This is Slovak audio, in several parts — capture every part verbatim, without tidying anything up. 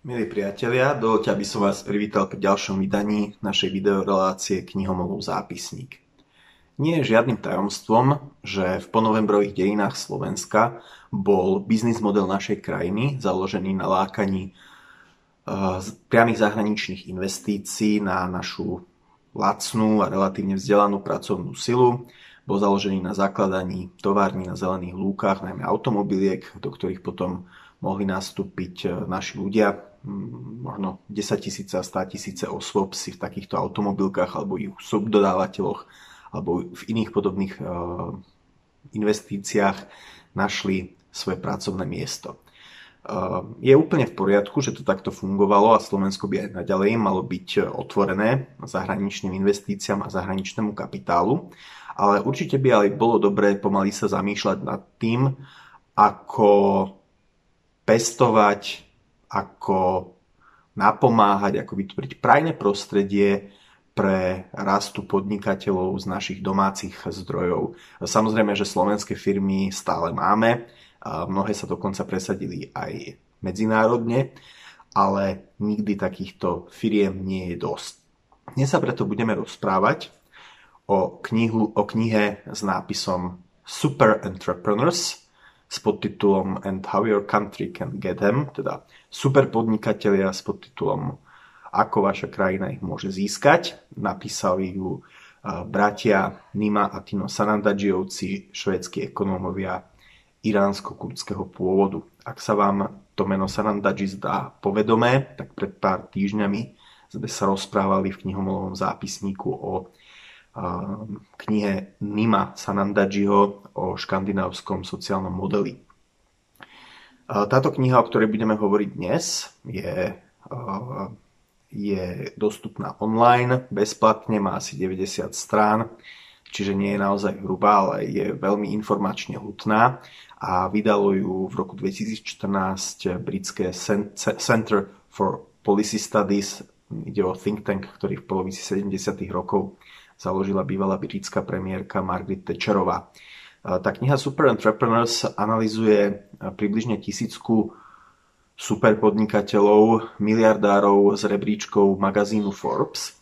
Milí priatelia, dovoľte, aby som vás privítal pri ďalšom vydaní našej videorelácie Knihomolov zápisník. Nie je žiadnym tajomstvom, že v ponovembrových dejinách Slovenska bol biznis model našej krajiny založený na lákaní priamych zahraničných investícií na našu lacnú a relatívne vzdelanú pracovnú silu. Bol založený na zakladaní tovární na zelených lúkach, najmä automobiliek, do ktorých potom mohli nastúpiť naši ľudia. Možno desaťtisíce a státisíce osôb si v takýchto automobilkách alebo ich subdodávateľoch alebo v iných podobných investíciách našli svoje pracovné miesto. Je úplne v poriadku, že to takto fungovalo a Slovensko by aj naďalej malo byť otvorené zahraničným investíciám a zahraničnému kapitálu, ale určite by ale bolo dobré pomaly sa zamýšľať nad tým, ako pestovať, ako napomáhať, ako vytvoriť prajné prostredie pre rastu podnikateľov z našich domácich zdrojov. Samozrejme, že slovenské firmy stále máme, a mnohé sa dokonca presadili aj medzinárodne, ale nikdy takýchto firiem nie je dosť. Dnes sa preto budeme rozprávať o, knihu, o knihe s nápisom Super Entrepreneurs s podtitulom And How Your Country Can Get Them, teda super podnikatelia s podtitulom Ako vaša krajina ich môže získať. Napísali ju bratia Nima a Tino Sanandaджijovci, švédski ekonómovia iránsko-kurdského pôvodu. Ak sa vám to meno Sanandaji zdá povedomé, tak pred pár týždňami sme sa rozprávali v knihomolovom zápisníku o knihe Nima Sanandajiho o škandinávskom sociálnom modeli. Táto kniha, o ktorej budeme hovoriť dnes, je, je dostupná online, bezplatne, má asi deväťdesiat strán, čiže nie je naozaj hrubá, ale je veľmi informačne hutná a vydalo ju v roku dvetisícštrnásť britské Center for Policy Studies. Ide o think tank, ktorý v polovici sedemdesiatych rokov založila bývalá britská premiérka Margaret Thatcherová. Tá kniha Super Entrepreneurs analyzuje približne tisícku super podnikateľov, miliardárov z rebríčkov magazínu Forbes,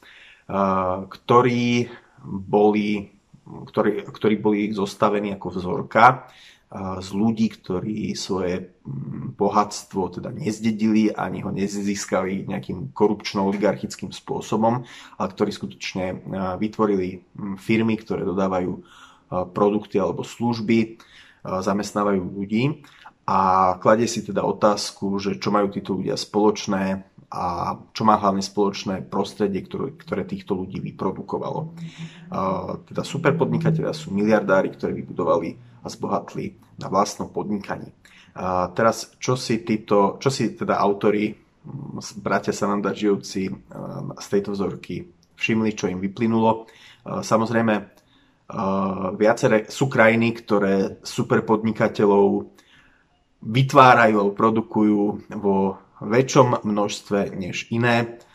ktorí boli, ktorí, ktorí boli zostavení ako vzorka z ľudí, ktorí svoje bohatstvo teda nezdedili ani ho nezískali nejakým korupčno-oligarchickým spôsobom, ale ktorí skutočne vytvorili firmy, ktoré dodávajú produkty alebo služby, zamestnávajú ľudí a kladie si teda otázku, že čo majú títo ľudia spoločné a čo má hlavne spoločné prostredie, ktoré, ktoré týchto ľudí vyprodukovalo. Teda super podnikatelia sú miliardári, ktorí vybudovali a zbohatli na vlastnom podnikaní. A teraz, čo si, títo, čo si teda autori, bratia Sanandaджijovci z tejto vzorky všimli, čo im vyplynulo? Samozrejme, viaceré sú krajiny, ktoré super podnikateľov vytvárajú alebo produkujú vo väčšom množstve než iné.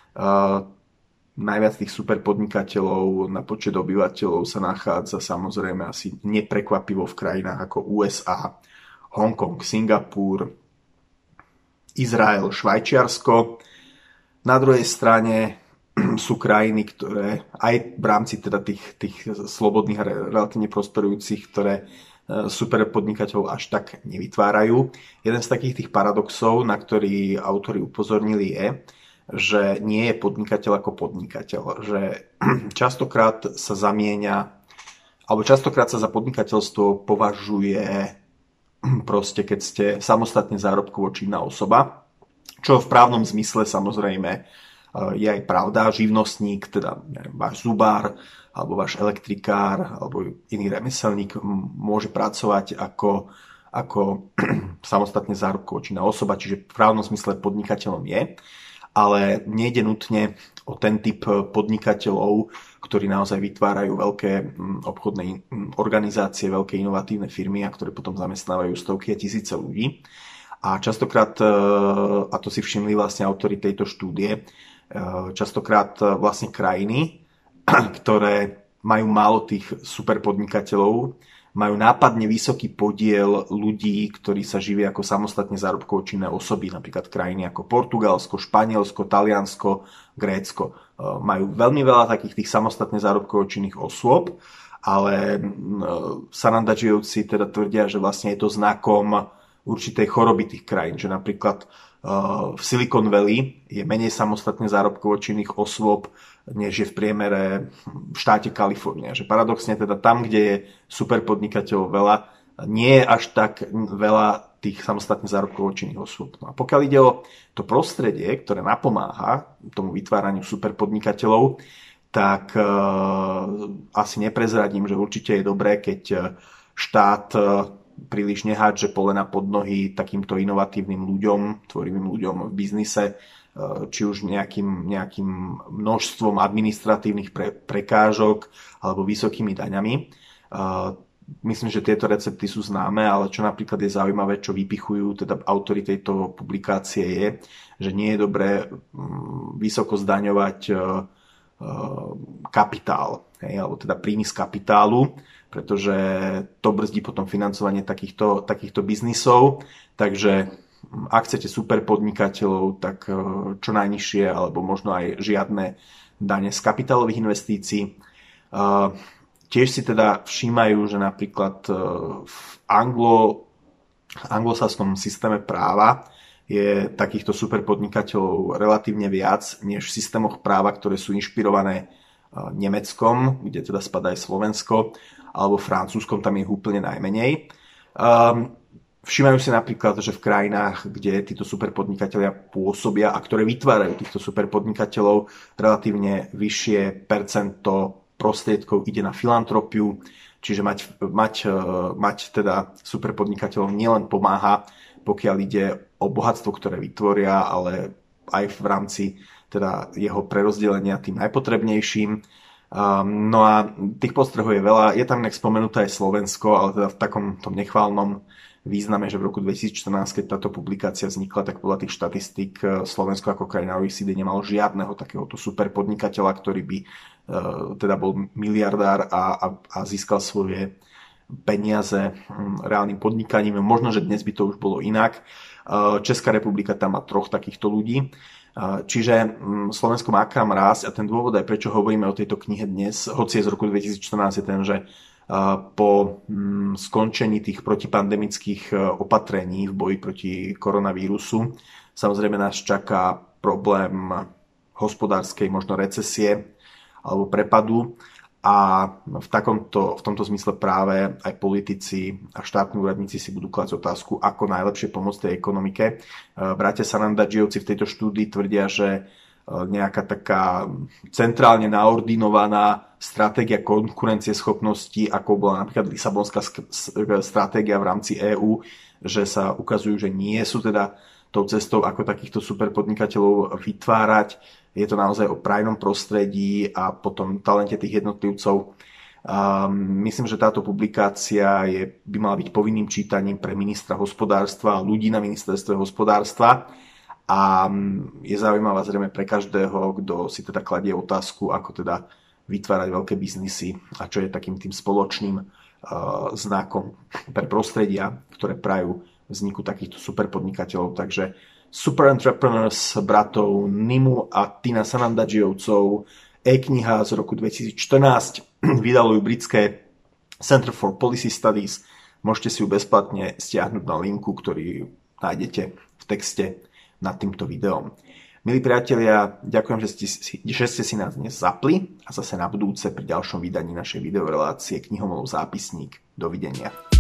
Najviac tých super podnikateľov na počet obyvateľov sa nachádza samozrejme asi neprekvapivo v krajinách ako ú es á, Hongkong, Singapur, Izrael, Švajčiarsko. Na druhej strane sú krajiny, ktoré aj v rámci teda tých, tých slobodných a relatívne prosperujúcich, ktoré super podnikateľov až tak nevytvárajú. Jeden z takých tých paradoxov, na ktorý autori upozornili, je, že nie je podnikateľ ako podnikateľ. Že častokrát sa zamieňa, alebo častokrát sa za podnikateľstvo považuje proste, keď ste samostatne zárobkovo činná osoba, čo v právnom zmysle samozrejme je aj pravda. Živnostník, teda neviem, váš zubár, alebo váš elektrikár, alebo iný remeselník môže pracovať ako, ako samostatne zárobkovo činná osoba, čiže v právnom zmysle podnikateľom je. Ale nejde nutne o ten typ podnikateľov, ktorí naozaj vytvárajú veľké obchodné organizácie, veľké inovatívne firmy a ktoré potom zamestnávajú stovky a tisíce ľudí. A častokrát, a to si všimli vlastne autori tejto štúdie, častokrát vlastne krajiny, ktoré majú málo tých super podnikateľov, majú nápadne vysoký podiel ľudí, ktorí sa živia ako samostatne zárobkovo činné osoby, napríklad krajiny ako Portugalsko, Španielsko, Taliansko, Grécko. Majú veľmi veľa takých tých samostatne zárobkovo činných osôb, ale Sanandadžijovci teda tvrdia, že vlastne je to znakom určitej choroby tých krajín, že napríklad v Silicon Valley je menej samostatne zárobkovo činných osôb, než je v priemere v štáte Kalifornia. Že paradoxne teda tam, kde je super podnikateľov veľa, nie je až tak veľa tých samostatne zárobkovo činných osôb. No a pokiaľ ide o to prostredie, ktoré napomáha tomu vytváraniu super podnikateľov, tak uh, asi neprezradím, že určite je dobré, keď štát uh, príliš nehádže polena pod nohy takýmto inovatívnym ľuďom, tvorivým ľuďom v biznise, či už nejakým, nejakým množstvom administratívnych pre, prekážok alebo vysokými daňami. Myslím, že tieto recepty sú známe, ale čo napríklad je zaujímavé, čo vypichujú teda autori tejto publikácie je, že nie je dobré vysoko zdaňovať kapitál, hej, alebo teda príjmy z kapitálu, pretože to brzdí potom financovanie takýchto, takýchto biznisov. Takže ak chcete super podnikateľov, tak čo najnižšie alebo možno aj žiadne dane z kapitálových investícií. Tiež si teda všímajú, že napríklad v anglo, anglosaskom systéme práva je takýchto super podnikateľov relatívne viac než v systémoch práva, ktoré sú inšpirované Nemeckom, kde teda spadá aj Slovensko, alebo Francúzskom, tam je úplne najmenej. Všímajú si napríklad, že v krajinách, kde títo superpodnikatelia pôsobia a ktoré vytvárajú týchto superpodnikateľov, relatívne vyššie percento prostriedkov ide na filantropiu, čiže mať, mať, mať teda superpodnikateľov nielen pomáha, pokiaľ ide o bohatstvo, ktoré vytvoria, ale aj v rámci teda jeho prerozdelenia tým najpotrebnejším. No a tých postrehov je veľa. Je tam inak spomenuté aj Slovensko, ale teda v takom tom nechválnom význame, že v roku dvetisícštrnásť, keď táto publikácia vznikla, tak podľa tých štatistík Slovensko ako krajina ó é cé dé nemalo žiadneho takéhoto super podnikateľa, ktorý by teda bol miliardár a, a, a získal svoje peniaze reálnym podnikaním. Možno, že dnes by to už bolo inak. Česká republika tam má troch takýchto ľudí. Čiže Slovensko má kam rásť a ten dôvod aj prečo hovoríme o tejto knihe dnes, hoci je z roku dvetisícštrnásť, je ten, že po skončení tých protipandemických opatrení v boji proti koronavírusu samozrejme nás čaká problém hospodárskej možno recesie alebo prepadu a v, takomto, v tomto zmysle práve aj politici a štátni úradníci si budú klásť otázku, ako najlepšie pomôcť tej ekonomike. Bratia Sanandadžijovci v tejto štúdii tvrdia, že nejaká taká centrálne naordinovaná stratégia konkurencieschopnosti, ako bola napríklad Lisabonská stratégia v rámci EÚ, že sa ukazujú, že nie sú teda tou cestou, ako takýchto superpodnikateľov vytvárať. Je to naozaj o prajnom prostredí a potom talente tých jednotlivcov. Um, myslím, že táto publikácia je, by mala byť povinným čítaním pre ministra hospodárstva a ľudí na ministerstve hospodárstva. A je zaujímavá zrejme pre každého, kto si teda kladie otázku, ako teda vytvárať veľké biznisy a čo je takým tým spoločným uh, znakom pre prostredia, ktoré prajú vzniku takýchto superpodnikateľov. Takže Super Entrepreneurs bratov Nimu a Tina Sanandadžijovcov, e-kniha z roku dvetisícštrnásť, vydalo ju britské Center for Policy Studies. Môžete si ju bezplatne stiahnuť na linku, ktorý nájdete v texte nad týmto videom. Milí priatelia, ďakujem, že ste, si, že ste si nás dnes zapli a zase na budúce pri ďalšom vydaní našej videorelácie Knihomolov zápisník. Dovidenia.